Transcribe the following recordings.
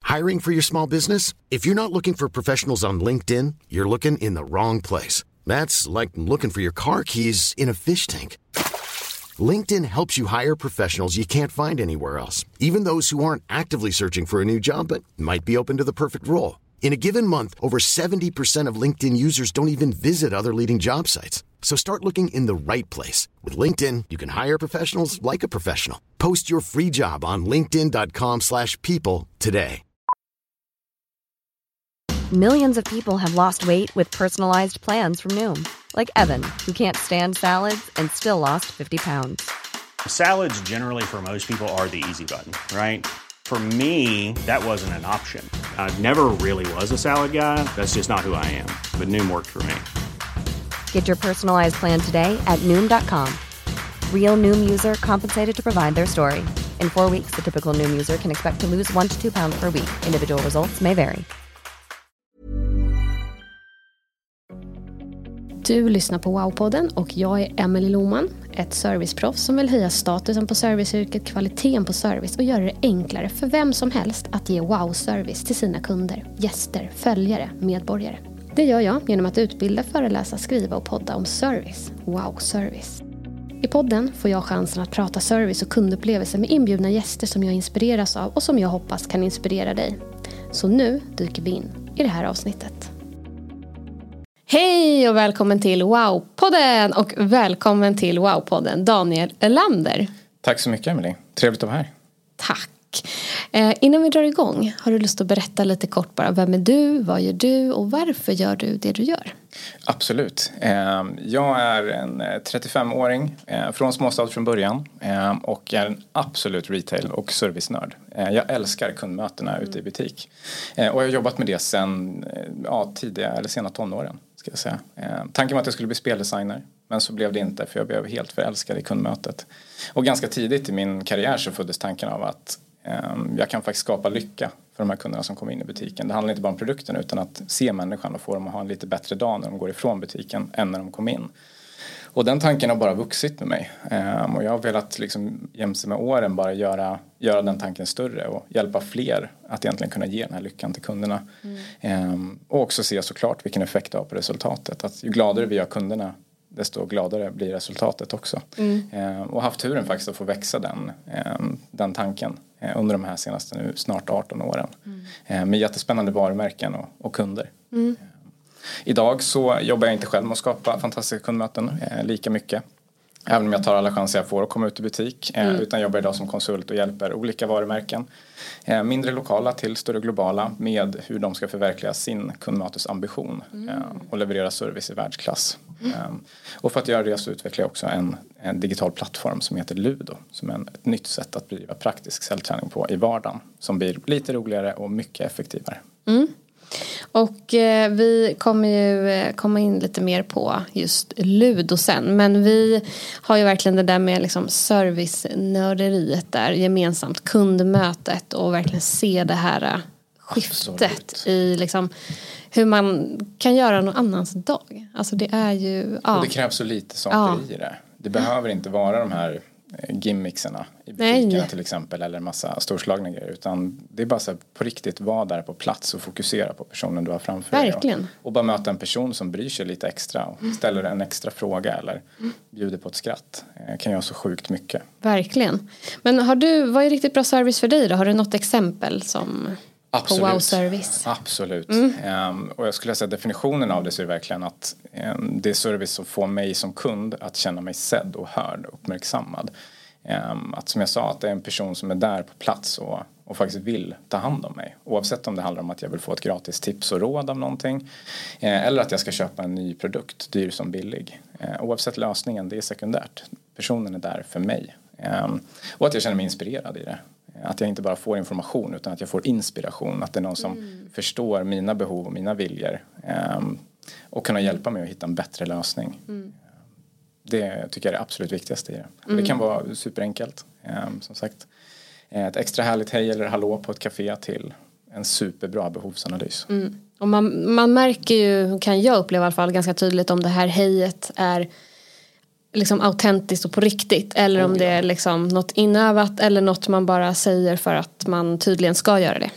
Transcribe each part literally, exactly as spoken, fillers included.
Hiring for your small business? If you're not looking for professionals on LinkedIn, you're looking in the wrong place. That's like looking for your car keys in a fish tank. LinkedIn helps you hire professionals you can't find anywhere else, even those who aren't actively searching for a new job but might be open to the perfect role. In a given month, over seventy percent of LinkedIn users don't even visit other leading job sites. So start looking in the right place. With LinkedIn, you can hire professionals like a professional. Post your free job on linkedin dot com slash people today. Millions of people have lost weight with personalized plans from Noom. Like Evan, who can't stand salads and still lost fifty pounds. Salads generally for most people are the easy button, right? For me, that wasn't an option. I never really was a salad guy. That's just not who I am. But Noom worked for me. Get your personalized plan today at Noom dot com. Real Noom user compensated to provide their story. In four weeks, the typical Noom user can expect to lose one to two pounds per week. Individual results may vary. Du lyssnar på Wow-podden och jag är Emily Lohman, ett serviceproffs som vill höja statusen på serviceyrket, kvaliteten på service och göra det enklare för vem som helst att ge wow-service till sina kunder, gäster, följare, medborgare. Det gör jag genom att utbilda, föreläsa, skriva och podda om service, wow-service. I podden får jag chansen att prata service och kundupplevelser med inbjudna gäster som jag inspireras av och som jag hoppas kan inspirera dig. Så nu dyker vi in i det här avsnittet. Hej och välkommen till Wow-podden och välkommen till Wow-podden Daniel Erlander. Tack så mycket Emily, trevligt att vara här. Tack. Eh, innan vi drar igång, har du lust att berätta lite kort bara, vem är du, vad gör du och varför gör du det du gör? Absolut. Eh, jag är en trettiofemåring eh, från småstad från början eh, och är en absolut retail- och servicenörd. Eh, jag älskar kundmötena mm. ute i butik eh, och jag har jobbat med det sedan eh, ja, tidiga eller sena tonåren. Ska jag säga. Eh, tanken var att jag skulle bli speldesigner, men så blev det inte för jag blev helt förälskad i kundmötet. Och ganska tidigt i min karriär så föddes tanken av att eh, jag kan faktiskt skapa lycka för de här kunderna som kommer in i butiken. Det handlar inte bara om produkten utan att se människan och få dem att ha en lite bättre dag när de går ifrån butiken än när de kom in. Och den tanken har bara vuxit med mig. Um, och jag har velat liksom, jämse med åren bara göra, göra den tanken större och hjälpa fler att egentligen kunna ge den här lyckan till kunderna. Mm. Um, och också se såklart vilken effekt det har på resultatet. Att ju gladare vi gör kunderna, desto gladare blir resultatet också. Mm. Um, och haft turen faktiskt att få växa den, um, den tanken uh, under de här senaste nu snart arton åren. Mm. Um, med jättespännande varumärken och, och kunder. Mm. Idag så jobbar jag inte själv med att skapa fantastiska kundmöten eh, lika mycket. Även om jag tar alla chanser jag får att komma ut i butik. Eh, mm. Utan jobbar idag som konsult och hjälper olika varumärken. Eh, mindre lokala till större globala med hur de ska förverkliga sin kundmötesambition. Mm. Eh, och leverera service i världsklass. Mm. Eh, och för att göra det så utvecklar jag också en, en digital plattform som heter Ludo. Som är en, ett nytt sätt att bedriva praktisk säljträning på i vardagen. Som blir lite roligare och mycket effektivare. Mm. Och eh, vi kommer ju eh, komma in lite mer på just Ludo sen. Men vi har ju verkligen det där med liksom servicenörderiet där. Gemensamt kundmötet och verkligen se det här eh, skiftet. Absolut. I liksom hur man kan göra någon annans dag. Alltså det är ju... Ja. Och det krävs så lite saker ja. i det. Det behöver inte vara de här gimmixarna i butikerna Nej. till exempel eller en massa storslagna grejer utan det är bara så här, på riktigt vara där på plats och fokusera på personen du har framför dig och, och bara möta en person som bryr sig lite extra och mm. ställer en extra fråga eller mm. bjuder på ett skratt kan göra så sjukt mycket. Verkligen. Men har du, vad är riktigt bra service för dig då? Har du något exempel som Absolut. på wow-service? Absolut. Mm. Um, och jag skulle säga definitionen av det så är verkligen att um, det är service som får mig som kund att känna mig sedd och hörd och uppmärksammad. Um, att som jag sa, att det är en person som är där på plats och, och faktiskt vill ta hand om mig. Oavsett om det handlar om att jag vill få ett gratis tips och råd av någonting. Uh, eller att jag ska köpa en ny produkt, dyr som billig. Uh, oavsett lösningen, det är sekundärt. Personen är där för mig. Um, och att jag känner mig inspirerad i det. Att jag inte bara får information utan att jag får inspiration. Att det är någon som mm. förstår mina behov och mina viljor. Um, och kunna hjälpa mig att hitta en bättre lösning. Mm. Det tycker jag är det absolut viktigaste i det. Mm. Det kan vara superenkelt. Um, som sagt. Ett extra härligt hej eller hallå på ett café till en superbra behovsanalys. Mm. Och man, man märker ju, kan jag uppleva i alla fall ganska tydligt om det här hejet är liksom autentiskt och på riktigt eller om oh, ja. det är liksom något inövat eller något man bara säger för att man tydligen ska göra det.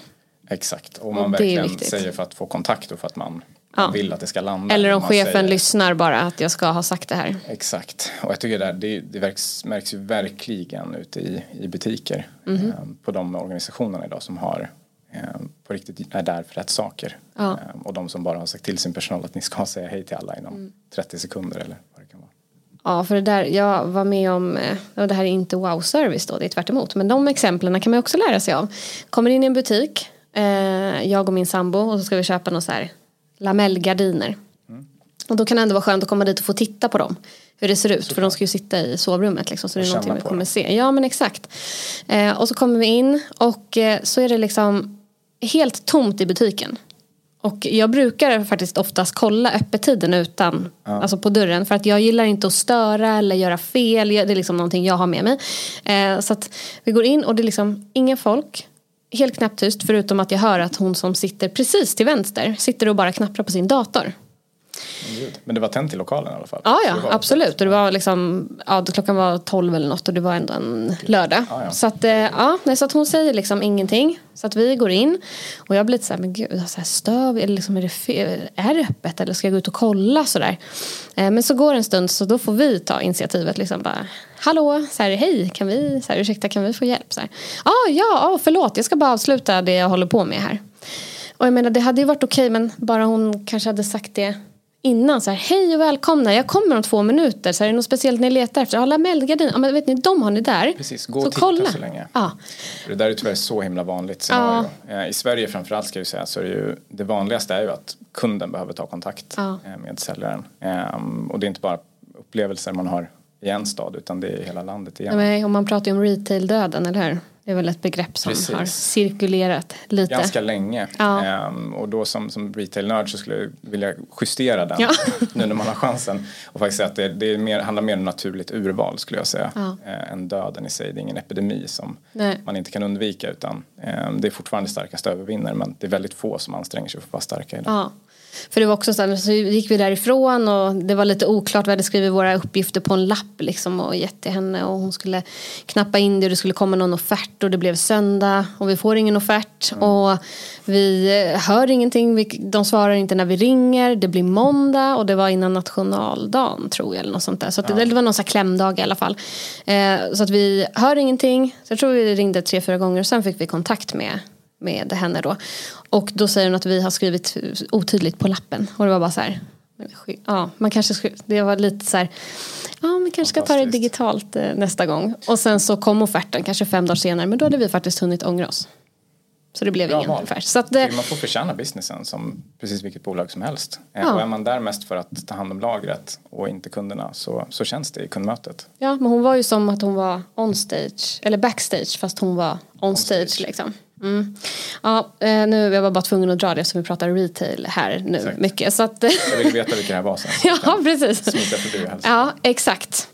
Exakt, och man och verkligen säger för att få kontakt och för att man, ja. man vill att det ska landa. Eller om chefen säger, lyssnar bara att jag ska ha sagt det här. Exakt, och jag tycker det, det, det märks, märks ju verkligen ute i, i butiker mm-hmm. eh, på de organisationerna idag som har eh, på riktigt är där för rätt saker. Ja. Eh, och de som bara har sagt till sin personal att ni ska säga hej till alla inom mm. trettio sekunder eller vad det kan vara. Ja, för det där, jag var med om, och det här är inte wow-service då, det är tvärt emot. Men de exemplen kan man också lära sig av. Kommer in i en butik, eh, jag och min sambo, och så ska vi köpa någon så här lamellgardiner. Mm. Och då kan det ändå vara skönt att komma dit och få titta på dem. Hur det ser ut, så för de ska ju sitta i sovrummet liksom, så det är någonting vi kommer dem. se. Ja, men exakt. Eh, och så kommer vi in och eh, så är det liksom helt tomt i butiken. Och jag brukar faktiskt oftast kolla öppettiden utan, ja. alltså på dörren. För att jag gillar inte att störa eller göra fel. Det är liksom någonting jag har med mig. Eh, så att vi går in och det är liksom ingen folk. Helt knäpptyst, förutom att jag hör att hon som sitter precis till vänster sitter och bara knapprar på sin dator. Men det var tänt i lokalen i alla fall. Ja, ja, absolut. Och det var liksom, ja, klockan var tolv eller något och det var ändå en lördag. Ja, ja. Så att, ja, så att hon säger liksom ingenting. Så att vi går in och jag blir lite så här, men gud, så här stöv, eller liksom, är det fel, är det öppet eller ska jag gå ut och kolla sådär? Men så går en stund så då får vi ta initiativet liksom bara, hallå, så här, hej, kan vi, så här, ursäkta, kan vi få hjälp? Så här, ah, ja, ja, förlåt, jag ska bara avsluta det jag håller på med här. Och jag menar, det hade ju varit okej, men bara hon kanske hade sagt det innan, så här, hej och välkomna, jag kommer om två minuter, så här, är det något speciellt ni letar efter? Ja, lamellgardin, ja men vet ni, de har ni där. Precis, gå och så titta kolla. Så länge. Ja. Det där är tyvärr så himla vanligt scenario. Ja. I Sverige framförallt ska jag säga, så är det ju, det vanligaste är ju att kunden behöver ta kontakt ja. med säljaren. Och det är inte bara upplevelser man har i en stad, utan det är i hela landet igen. Nej, och man pratar ju om retail-döden, eller hur? Det är väl ett begrepp som Precis. har cirkulerat lite. Ganska länge. Ja. Um, och då som, som retail-nörd så skulle jag vilja justera den. Ja. Nu när man har chansen. Och faktiskt säga att det, det är mer, handlar mer om naturligt urval, skulle jag säga. Ja. Uh, än döden i sig. Det är ingen epidemi som Nej. man inte kan undvika. Utan um, det är fortfarande starkast övervinner. Men det är väldigt få som anstränger sig för att vara starka idag. Ja. För det var också så här, så gick vi därifrån och det var lite oklart. Vi hade skrivit våra uppgifter på en lapp liksom och gett till henne och hon skulle knappa in det och det skulle komma någon offert och det blev söndag och vi får ingen offert mm. och vi hör ingenting, vi, de svarar inte när vi ringer, det blir måndag och det var innan nationaldagen tror jag eller något sånt där. Så att ja. det, det var någon sån här klämdag i alla fall. Eh, så att vi hör ingenting, så jag tror vi ringde tre, fyra gånger och sen fick vi kontakt med med henne då. Och då säger hon att vi har skrivit otydligt på lappen. Och det var bara så här, ja, man kanske skri- det var lite så här, ja, man kanske ska ta det digitalt eh, nästa gång. Och sen så kom offerten kanske fem dagar senare, men då hade vi faktiskt hunnit ångra oss. Så det blev Bra ingen val. offert. Så att det, man får förtjäna businessen som precis vilket bolag som helst. Ja. Och är man där mest för att ta hand om lagret och inte kunderna så, så känns det i kundmötet. Ja, men hon var ju som att hon var on stage, eller backstage, fast hon var on, on stage, stage liksom. Mm. Ja, nu jag var bara tvungen att dra det som vi pratar retail här nu exakt. mycket så att jag vill veta vilka det här var sen. Ja, precis. Smita förbi helst. Ja, exakt.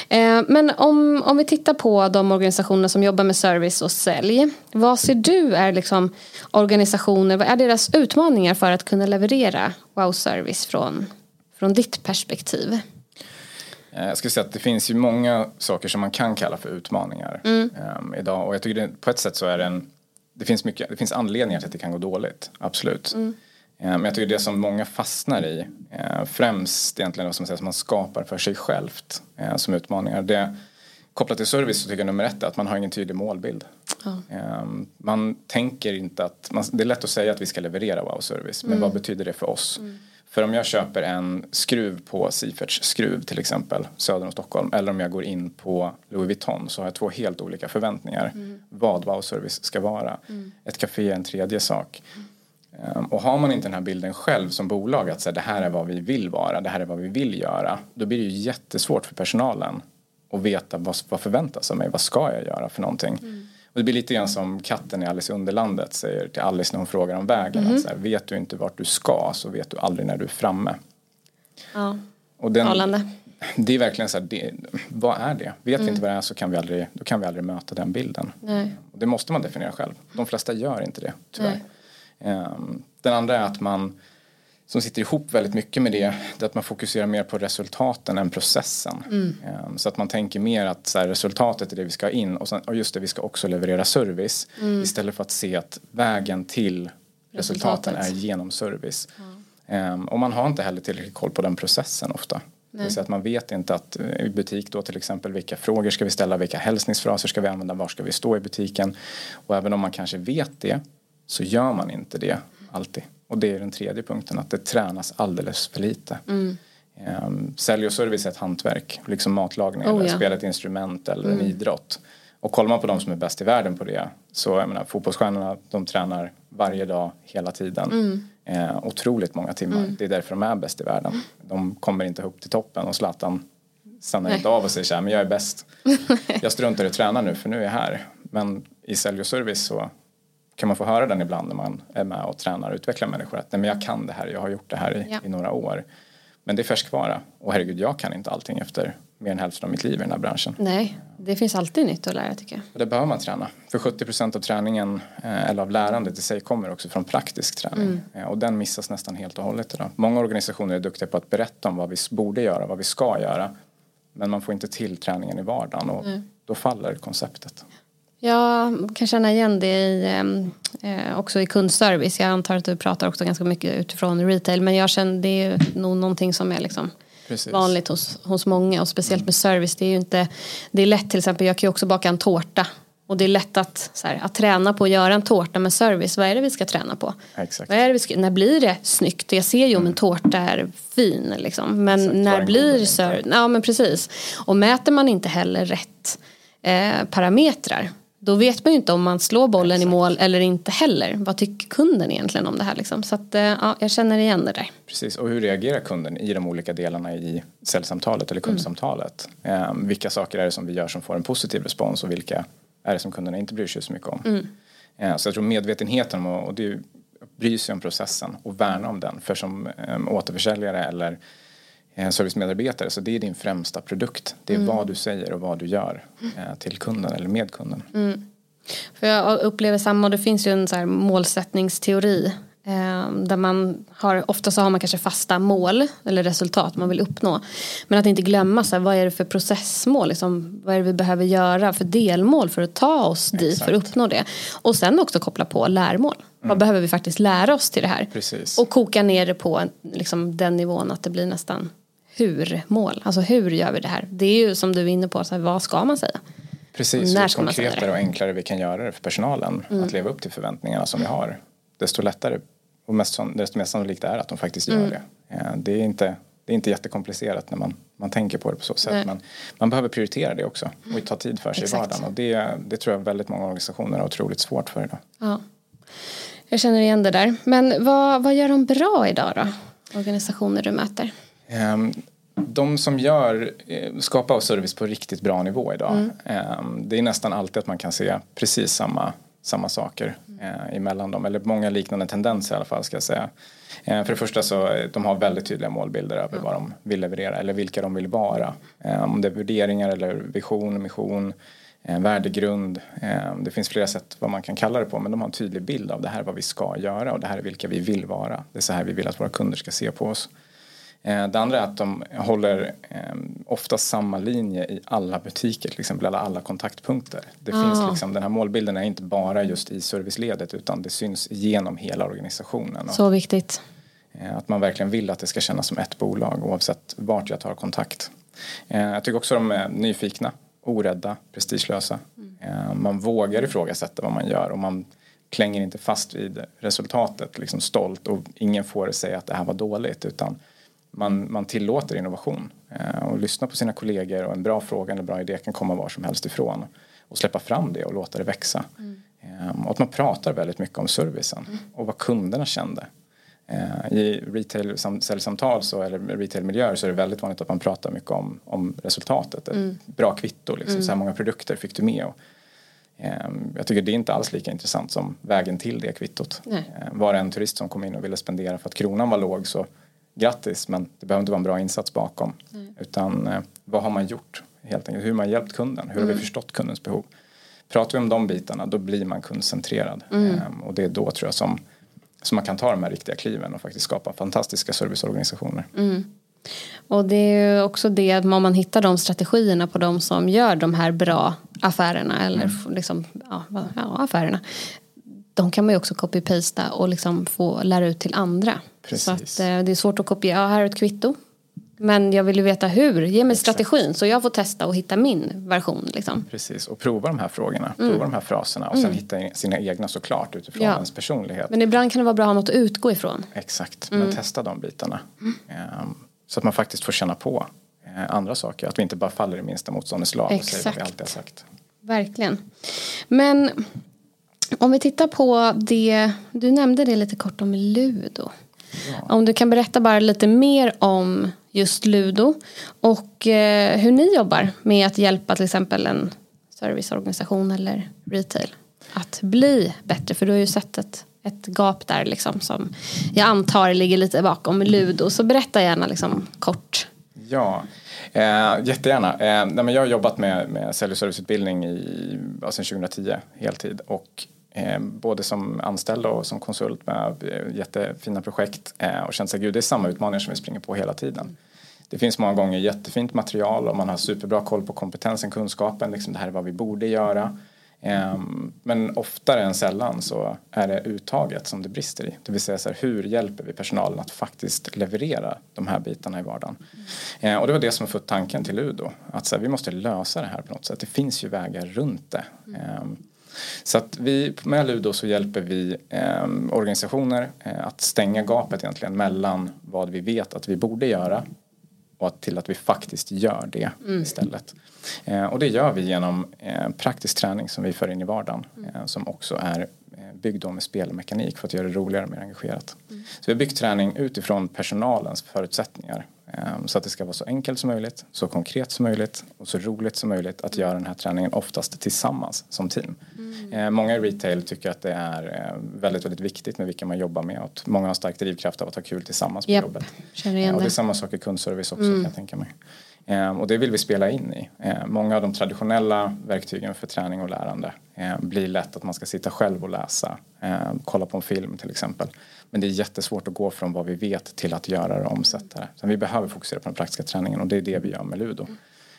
Men om, om vi tittar på de organisationer som jobbar med service och sälj, vad ser du är liksom organisationer, vad är deras utmaningar för att kunna leverera wow-service från, från ditt perspektiv? Jag skulle säga att det finns ju många saker som man kan kalla för utmaningar mm. um, idag och jag tycker det, på ett sätt så är det en Det finns, mycket, det finns anledningar till att det kan gå dåligt, absolut. Mm. Men jag tycker det som många fastnar i, främst egentligen vad som, säger, som man skapar för sig självt som utmaningar. Det, kopplat till service så tycker jag nummer ett är att man har ingen tydlig målbild. Mm. Man tänker inte att, man, det är lätt att säga att vi ska leverera wow-service, men mm. vad betyder det för oss? Mm. För om jag köper en skruv på Seiferts skruv till exempel, söder om Stockholm, eller om jag går in på Louis Vuitton så har jag två helt olika förväntningar. Mm. Vad wow-service ska vara. Mm. Ett café är en tredje sak. Mm. Um, och har man inte den här bilden själv som bolag att säga det här är vad vi vill vara, det här är vad vi vill göra, då blir det ju jättesvårt för personalen att veta vad, vad förväntas av mig, vad ska jag göra för någonting. Mm. Och det blir lite grann som katten i Alice i Underlandet säger till Alice när hon frågar om vägen. Mm. Att så här, vet du inte vart du ska så vet du aldrig när du är framme. Ja, och den, det är verkligen så här, det, vad är det? Vet mm. vi inte vad det är så kan vi aldrig, då kan vi aldrig möta den bilden. Nej. Och det måste man definiera själv. De flesta gör inte det, tyvärr. Um, den andra är att man som sitter ihop väldigt mycket med det, det är att man fokuserar mer på resultaten än processen. Mm. Så att man tänker mer att så här, resultatet är det vi ska ha in och, sen, och just det, vi ska också leverera service mm. istället för att se att vägen till resultaten Resultatet. är genom service. Mm. Och man har inte heller tillräckligt koll på den processen ofta. Det vill säga att man vet inte att i butik då till exempel vilka frågor ska vi ställa, vilka hälsningsfraser ska vi använda, var ska vi stå i butiken. Och även om man kanske vet det så gör man inte det alltid. Och det är den tredje punkten, att det tränas alldeles för lite. Mm. Um, sälj och service är ett hantverk, liksom matlagning oh, eller ja. spela ett instrument eller mm. en idrott. Och kollar man på de som är bäst i världen på det, så jag menar, fotbollsstjärnorna, de tränar varje dag, hela tiden. Mm. Eh, otroligt många timmar. Mm. Det är därför de är bäst i världen. De kommer inte upp till toppen och Zlatan stannar Nej. inte av och säger så här, men jag är bäst. Jag struntar i att träna nu för nu är jag här. Men i sälj och service så kan man få höra den ibland när man är med och tränar och utvecklar människor. Att nej, men jag kan det här, jag har gjort det här i, ja. i några år. Men det är färskvara. Och herregud, jag kan inte allting efter mer än hälften av mitt liv i den här branschen. Nej, det finns alltid nytt att lära tycker jag. Och det behöver man träna. För sjuttio procent av träningen eller av lärandet i sig kommer också från praktisk träning. Mm. Och den missas nästan helt och hållet idag. Många organisationer är duktiga på att berätta om vad vi borde göra, vad vi ska göra. Men man får inte till träningen i vardagen och mm. då faller konceptet. Jag kan känna igen det i, eh, också i kundservice. Jag antar att du pratar också ganska mycket utifrån retail. Men jag känner det är nog någonting som är liksom Precis. vanligt hos, hos många. Och speciellt med service. Det är ju inte, det är lätt till exempel, jag kan ju också baka en tårta. Och det är lätt att, så här, att träna på att göra en tårta med service. Vad är det vi ska träna på? Exakt. Vad är det vi ska, när blir det snyggt? Jag ser ju om en tårta är fin. Liksom. Men Exakt. när blir service? Ja men precis. Och mäter man inte heller rätt eh, parametrar. Då vet man ju inte om man slår bollen Exakt. i mål eller inte heller. Vad tycker kunden egentligen om det här? Liksom? Så att, ja, jag känner igen det där. Precis, och hur reagerar kunden i de olika delarna i säljsamtalet eller kundsamtalet? Mm. Eh, vilka saker är det som vi gör som får en positiv respons och vilka är det som kunderna inte bryr sig så mycket om? Mm. Eh, så jag tror medvetenheten om, och det bryr sig om processen och värna om den. För som eh, återförsäljare eller servicemedarbetare, så det är din främsta produkt. Det är mm. vad du säger och vad du gör eh, till kunden eller med kunden. Mm. För jag upplever samma, och det finns ju en så här målsättningsteori eh, där man har, ofta så har man kanske fasta mål eller resultat man vill uppnå. Men att inte glömma så här, vad är det för processmål, liksom, vad är det vi behöver göra för delmål för att ta oss dit Exakt. för att uppnå det. Och sen också koppla på lärmål. Mm. Vad behöver vi faktiskt lära oss till det här? Precis. Och koka ner det på liksom, den nivån att det blir nästan hur-mål. Alltså hur gör vi det här? Det är ju som du är inne på, så här, vad ska man säga? Precis, när ska konkretare och enklare vi kan göra det för personalen mm. att leva upp till förväntningarna som vi har. Desto lättare och mest, desto mer sannolikt är att de faktiskt gör mm. det. Det är inte, det är inte jättekomplicerat när man, man tänker på det på så sätt. Nej. Men man behöver prioritera det också och ta tid för sig Exakt. i vardagen. Och det, det tror jag väldigt många organisationer har otroligt svårt för idag. Ja. Jag känner igen det där. Men vad, vad gör de bra idag då? Organisationer du möter? De som gör, skapar service på riktigt bra nivå idag. Mm. Det är nästan alltid att man kan se precis samma, samma saker mm. emellan dem. Eller många liknande tendenser i alla fall ska jag säga. För det första så de har väldigt tydliga målbilder över mm. vad de vill leverera. Eller vilka de vill vara. Om det är värderingar eller vision, mission, värdegrund. Det finns flera sätt vad man kan kalla det på. Men de har en tydlig bild av det här vad vi ska göra. Och det här är vilka vi vill vara. Det är så här vi vill att våra kunder ska se på oss. Det andra är att de håller eh, ofta samma linje i alla butiker, till exempel alla, alla kontaktpunkter. Det ah. finns liksom, den här målbilden är inte bara just i serviceledet utan det syns genom hela organisationen. Så viktigt. Eh, att man verkligen vill att det ska kännas som ett bolag oavsett vart jag tar kontakt. Eh, jag tycker också de är nyfikna, orädda, prestigelösa. Mm. Eh, man vågar ifrågasätta vad man gör och man klänger inte fast vid resultatet liksom stolt och ingen får säga att det här var dåligt utan Man, man tillåter innovation eh, och lyssna på sina kollegor och en bra fråga eller bra idé kan komma var som helst ifrån och släppa fram det och låta det växa. Mm. Eh, och att man pratar väldigt mycket om servicen mm. och vad kunderna kände. Eh, I retail-säljsamtal så, eller retail-miljöer så är det väldigt vanligt att man pratar mycket om, om resultatet. Mm. Ett bra kvitto, liksom, mm. så här många produkter fick du med. Och, eh, jag tycker det är inte alls lika intressant som vägen till det kvittot. Eh, var det en turist som kom in och ville spendera för att kronan var låg så grattis, men det behöver inte vara en bra insats bakom. Mm. Utan eh, vad har man gjort helt enkelt? Hur har man hjälpt kunden? Hur mm. har vi förstått kundens behov? Pratar vi om de bitarna, då blir man kundcentrerad. Mm. Eh, och det är då tror jag som så man kan ta de här riktiga kliven och faktiskt skapa fantastiska serviceorganisationer. Mm. Och det är ju också det att om man hittar de strategierna på de som gör de här bra affärerna eller mm. liksom, ja, ja, affärerna. De kan man ju också copy-pasta och liksom få lära ut till andra. Precis. Så att, eh, det är svårt att kopiera. Ja, här är ett kvitto. Men jag vill ju veta hur. Ge mig Exakt. strategin så jag får testa och hitta min version. Liksom. Precis, och prova de här frågorna. Mm. Prova de här fraserna. Och sen mm. hitta sina egna såklart utifrån ja. ens personlighet. Men ibland kan det vara bra att ha något att utgå ifrån. Exakt, mm. men testa de bitarna. Mm. Um, så att man faktiskt får känna på uh, andra saker. Att vi inte bara faller i minsta motståndets lag och säger vad vi alltid har sagt. Verkligen. Men om vi tittar på det, du nämnde det lite kort om Ludo. Ja. Om du kan berätta bara lite mer om just Ludo och eh, hur ni jobbar med att hjälpa till exempel en serviceorganisation eller retail att bli bättre. För du har ju sett ett, ett gap där liksom som jag antar ligger lite bakom Ludo. Så berätta gärna liksom kort. Ja, eh, jättegärna. Eh, nej, men jag har jobbat med, med sälj- och serviceutbildning i, ja, sedan tjugohundratio heltid och Eh, både som anställd och som konsult med eh, jättefina projekt eh, och känt sig gud, det är samma utmaningar som vi springer på hela tiden. Det finns många gånger jättefint material och man har superbra koll på kompetensen, kunskapen, liksom det här är vad vi borde göra. Eh, men oftare än sällan så är det uttaget som det brister i. Det vill säga så här, hur hjälper vi personalen att faktiskt leverera de här bitarna i vardagen. Eh, och det var det som fått tanken till Ludo. Att så här, vi måste lösa det här på något sätt. Det finns ju vägar runt det. Eh, Så att vi med Ludo så hjälper vi eh, organisationer eh, att stänga gapet egentligen mellan vad vi vet att vi borde göra och att, till att vi faktiskt gör det mm. istället. Eh, och det gör vi genom eh, praktisk träning som vi för in i vardagen mm. eh, som också är eh, byggd med spelmekanik för att göra det roligare och mer engagerat. Mm. Så vi har byggt träning utifrån personalens förutsättningar. Så att det ska vara så enkelt som möjligt, så konkret som möjligt och så roligt som möjligt att göra den här träningen oftast tillsammans som team. Mm. Många i retail tycker att det är väldigt, väldigt viktigt med vilka man jobbar med. Och att många har stark drivkraft av att ha kul tillsammans på yep. jobbet. Det. Och det är samma sak i kundservice också mm. kan jag tänka mig. Och det vill vi spela in i. Många av de traditionella verktygen för träning och lärande blir lätt att man ska sitta själv och läsa. Kolla på en film till exempel. Men det är jättesvårt att gå från vad vi vet till att göra det och omsätta det. Så vi behöver fokusera på den praktiska träningen och det är det vi gör med Ludo.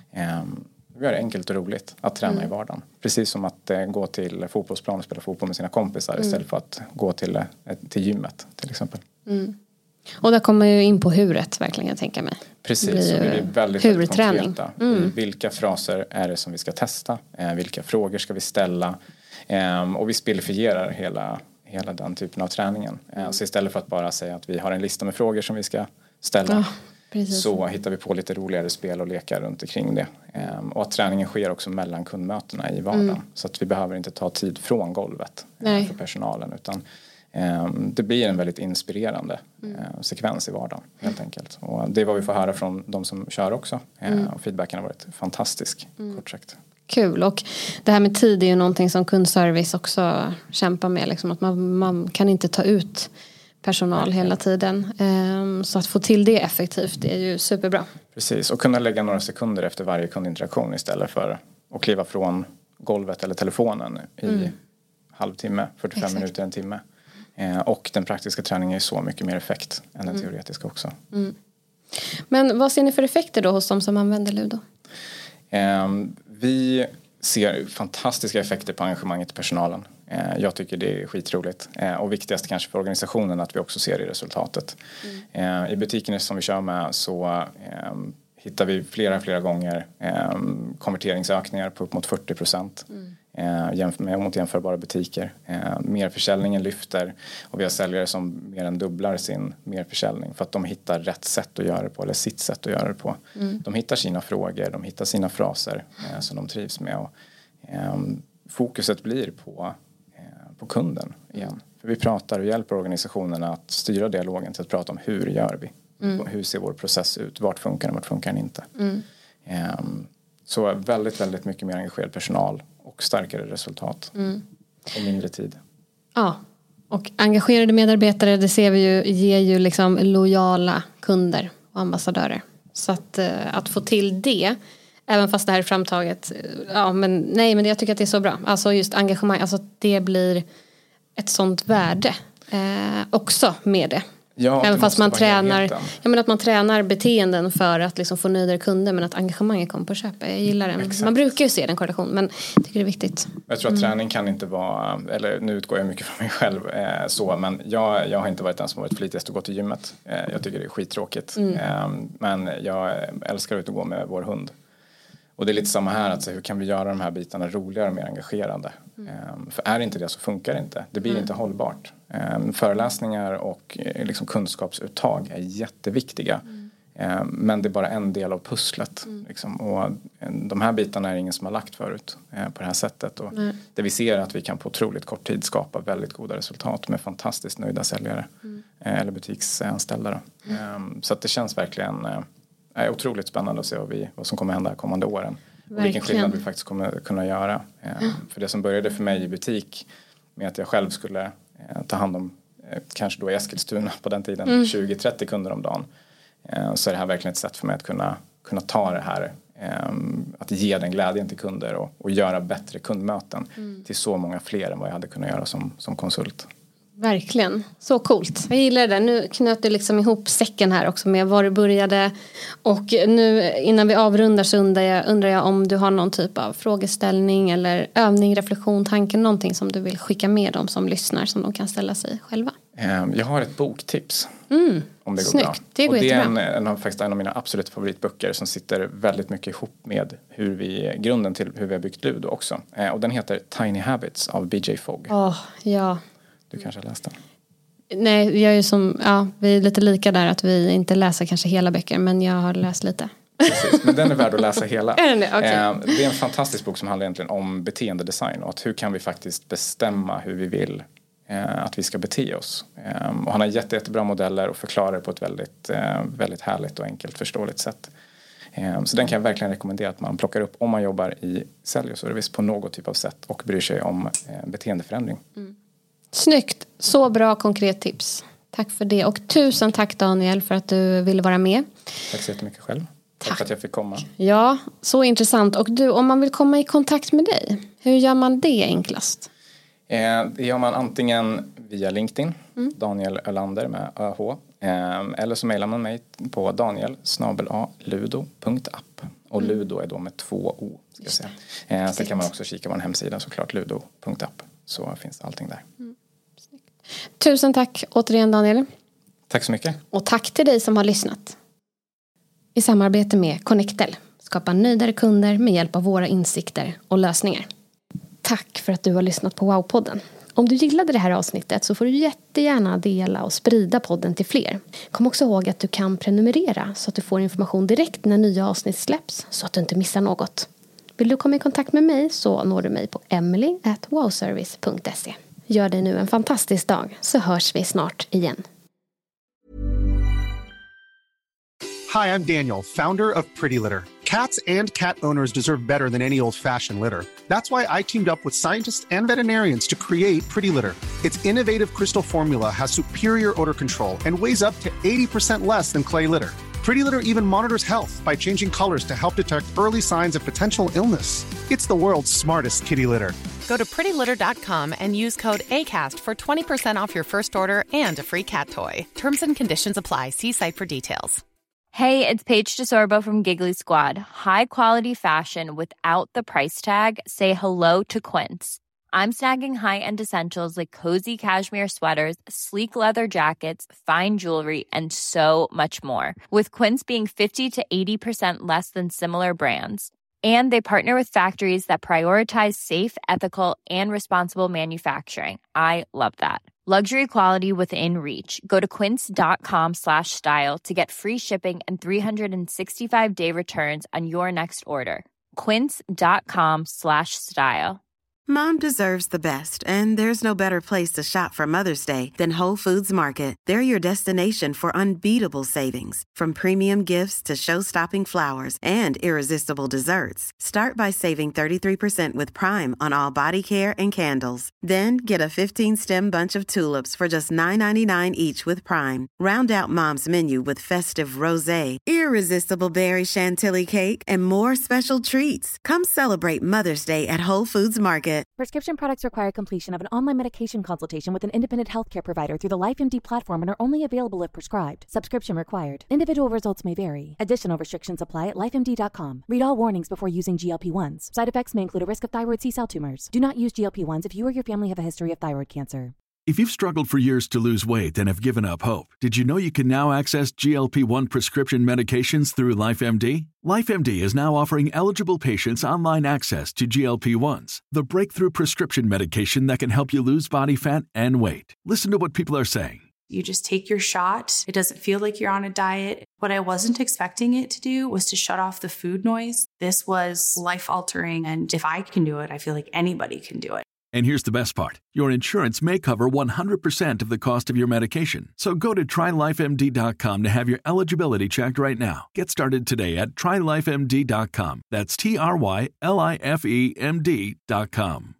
Mm. Vi gör det enkelt och roligt att träna mm. i vardagen. Precis som att eh, gå till fotbollsplan och spela fotboll med sina kompisar mm. istället för att gå till, eh, till gymmet till exempel. Mm. Och där kommer ju in på huret verkligen, jag tänker mig. Precis, så vi blir väldigt, väldigt konkreta. Mm. Vilka fraser är det som vi ska testa? Eh, vilka frågor ska vi ställa? Eh, och vi spelifierar hela, hela den typen av träningen. Eh, så istället för att bara säga att vi har en lista med frågor som vi ska ställa. Ja. Precis. Så hittar vi på lite roligare spel och lekar runt omkring det. Um, och att träningen sker också mellan kundmötena i vardagen. Mm. Så att vi behöver inte ta tid från golvet uh, för personalen. Utan um, det blir en väldigt inspirerande mm. uh, sekvens i vardagen helt enkelt. Och det är vad vi får höra från de som kör också. Uh, mm. Och feedbacken har varit fantastisk, mm. kort sagt. Kul, och det här med tid är ju någonting som kundservice också kämpar med. Liksom, att man, man kan inte ta ut personal hela tiden. Um, så att få till det effektivt är ju superbra. Precis, och kunna lägga några sekunder efter varje kundinteraktion istället för att kliva från golvet eller telefonen i mm. halvtimme, fyrtiofem Exakt. Minuter, en timme. Uh, och den praktiska träningen är så mycket mer effekt än den mm. teoretiska också. Mm. Men vad ser ni för effekter då hos de som använder Ludo? Um, vi ser fantastiska effekter på engagemanget i personalen. Jag tycker det är skitroligt. Och viktigast kanske för organisationen att vi också ser det i resultatet. Mm. I butikerna som vi kör med så um, hittar vi flera, flera gånger um, konverteringsökningar på upp mot fyrtio procent. Mm. Uh, jämf- med, mot jämförbara butiker. Uh, merförsäljningen lyfter och vi har säljare som mer än dubblar sin merförsäljning för att de hittar rätt sätt att göra det på eller sitt sätt att göra det på. Mm. De hittar sina frågor, de hittar sina fraser uh, som de trivs med och um, fokuset blir på på kunden igen. Mm. För vi pratar och hjälper organisationerna att styra dialogen till att prata om hur gör vi? Mm. Hur ser vår process ut? Vart funkar den? Vart funkar den inte? Mm. Um, så väldigt, väldigt mycket mer engagerad personal och starkare resultat. Mm. Och mindre tid. Ja, och engagerade medarbetare, det ser vi ju, ger ju liksom lojala kunder och ambassadörer. Så att, att få till det, även fast det här är framtaget, ja men nej men jag tycker att det är så bra. Alltså just engagemang, alltså det blir ett sånt värde eh, också med det. Ja, även fast man tränar, ja, men att man tränar beteenden för att liksom få nöjdare kunder, men att engagemanget kommer på köpet. Jag gillar den. Exakt. Man brukar ju se den korrelation, men jag tycker det är viktigt. Jag tror att mm. träning kan inte vara, eller nu utgår jag mycket från mig själv eh, så, men jag, jag har inte varit den som varit flitigast att gå till gymmet. Eh, jag tycker det är skittråkigt. Mm. Eh, men jag älskar att gå med vår hund. Och det är lite samma här, att så, hur kan vi göra de här bitarna roligare och mer engagerande? Mm. Um, för är det inte det så funkar det inte. Det blir mm. inte hållbart. Um, föreläsningar och uh, liksom kunskapsuttag är jätteviktiga. Mm. Um, men det är bara en del av pusslet. Mm. Liksom. Och um, de här bitarna är ingen som har lagt förut uh, på det här sättet. Och mm. det vi ser är att vi kan på otroligt kort tid skapa väldigt goda resultat med fantastiskt nöjda säljare. Mm. Uh, eller butiksanställda. Mm. Um, så att det känns verkligen... Uh, Det är otroligt spännande att se vad, vi, vad som kommer hända kommande åren. Och vilken skillnad vi faktiskt kommer kunna göra. Mm. För det som började för mig i butik med att jag själv skulle eh, ta hand om, eh, kanske då i Eskilstuna på den tiden, mm. tjugo till trettio kunder om dagen. Eh, så är det här verkligen ett sätt för mig att kunna, kunna ta det här, eh, att ge den glädjen till kunder och, och göra bättre kundmöten mm. till så många fler än vad jag hade kunnat göra som, som konsult. Verkligen, så coolt. Jag gillar det. Nu knöt du liksom ihop säcken här också med var du började. Och nu innan vi avrundar så undrar jag, undrar jag om du har någon typ av frågeställning eller övning, reflektion, tanke, någonting som du vill skicka med dem som lyssnar som de kan ställa sig själva. Jag har ett boktips. Mm. Om det går Snyggt. bra. Det går och det är en, en, en, faktiskt en av mina absoluta favoritböcker som sitter väldigt mycket ihop med hur vi, grunden till hur vi har byggt Ludo också. Och den heter Tiny Habits av B J Fogg. Åh, oh, ja. Du kanske har läst den? Nej, jag är ju som, ja, vi är lite lika där att vi inte läser kanske hela böcker, men jag har läst lite. Precis, men den är värd att läsa hela. Är den det? Okay. Det är en fantastisk bok som handlar egentligen om beteendedesign och att hur kan vi faktiskt bestämma hur vi vill att vi ska bete oss. Och han har jätte, jättebra modeller och förklarar det på ett väldigt, väldigt härligt och enkelt förståeligt sätt. Så den kan jag verkligen rekommendera att man plockar upp om man jobbar i sälj och service på något typ av sätt och bryr sig om beteendeförändring. Mm. Snyggt, så bra konkret tips. Tack för det och tusen tack Daniel för att du ville vara med. Tack så jättemycket själv. Tack, tack för att jag fick komma. Ja, så intressant. Och du, om man vill komma i kontakt med dig, hur gör man det enklast? Eh, det gör man antingen via LinkedIn, mm. Daniel Ölander med Ö H. Eh, eller så mejlar man mig på daniel snabel-a ludo punkt app. Och mm. Ludo är då med två O. Ska jag säga. Eh, så kan man också kika på en hemsida såklart, ludo punkt app. Så finns allting där. Mm. Tusen tack återigen Daniel. Tack så mycket. Och tack till dig som har lyssnat. I samarbete med Connectel skapa nöjdare kunder med hjälp av våra insikter och lösningar. Tack för att du har lyssnat på Wow-podden. Om du gillade det här avsnittet så får du jättegärna dela och sprida podden till fler. Kom också ihåg att du kan prenumerera så att du får information direkt när nya avsnitt släpps så att du inte missar något. Vill du komma i kontakt med mig så når du mig på emily at wowservice punkt se. Gör dig nu en fantastisk dag så hörs vi snart igen. Hi, I'm Daniel, founder of Pretty Litter. Cats and cat owners deserve better than any old-fashioned litter. That's why I teamed up with scientists and veterinarians to create Pretty Litter. Its innovative crystal formula has superior odor control and weighs up to eighty percent less than clay litter. Pretty Litter even monitors health by changing colors to help detect early signs of potential illness. It's the world's smartest kitty litter. Go to pretty litter dot com and use code ACAST for twenty percent off your first order and a free cat toy. Terms and conditions apply. See site for details. Hey, it's Paige DeSorbo from Giggly Squad. High quality fashion without the price tag. Say hello to Quince. I'm snagging high-end essentials like cozy cashmere sweaters, sleek leather jackets, fine jewelry, and so much more. With Quince being fifty to eighty percent less than similar brands. And they partner with factories that prioritize safe, ethical, and responsible manufacturing. I love that. Luxury quality within reach. Go to quince.com slash style to get free shipping and three sixty-five day returns on your next order. Quince.com slash style. Mom deserves the best, and there's no better place to shop for Mother's Day than Whole Foods Market. They're your destination for unbeatable savings, from premium gifts to show-stopping flowers and irresistible desserts. Start by saving thirty-three percent with Prime on all body care and candles. Then get a fifteen-stem bunch of tulips for just nine ninety-nine each with Prime. Round out Mom's menu with festive rosé, irresistible berry chantilly cake, and more special treats. Come celebrate Mother's Day at Whole Foods Market. Diet. Prescription products require completion of an online medication consultation with an independent healthcare provider through the LifeMD platform and are only available if prescribed. Subscription required. Individual results may vary. Additional restrictions apply at life M D dot com. Read all warnings before using G L P ones. Side effects may include a risk of thyroid C-cell tumors. Do not use G L P ones if you or your family have a history of thyroid cancer. If you've struggled for years to lose weight and have given up hope, did you know you can now access G L P one prescription medications through LifeMD? LifeMD is now offering eligible patients online access to G L P ones, the breakthrough prescription medication that can help you lose body fat and weight. Listen to what people are saying. You just take your shot. It doesn't feel like you're on a diet. What I wasn't expecting it to do was to shut off the food noise. This was life-altering, and if I can do it, I feel like anybody can do it. And here's the best part. Your insurance may cover one hundred percent of the cost of your medication. So go to try life M D dot com to have your eligibility checked right now. Get started today at try life M D dot com. That's T R Y L I F E M D dot com.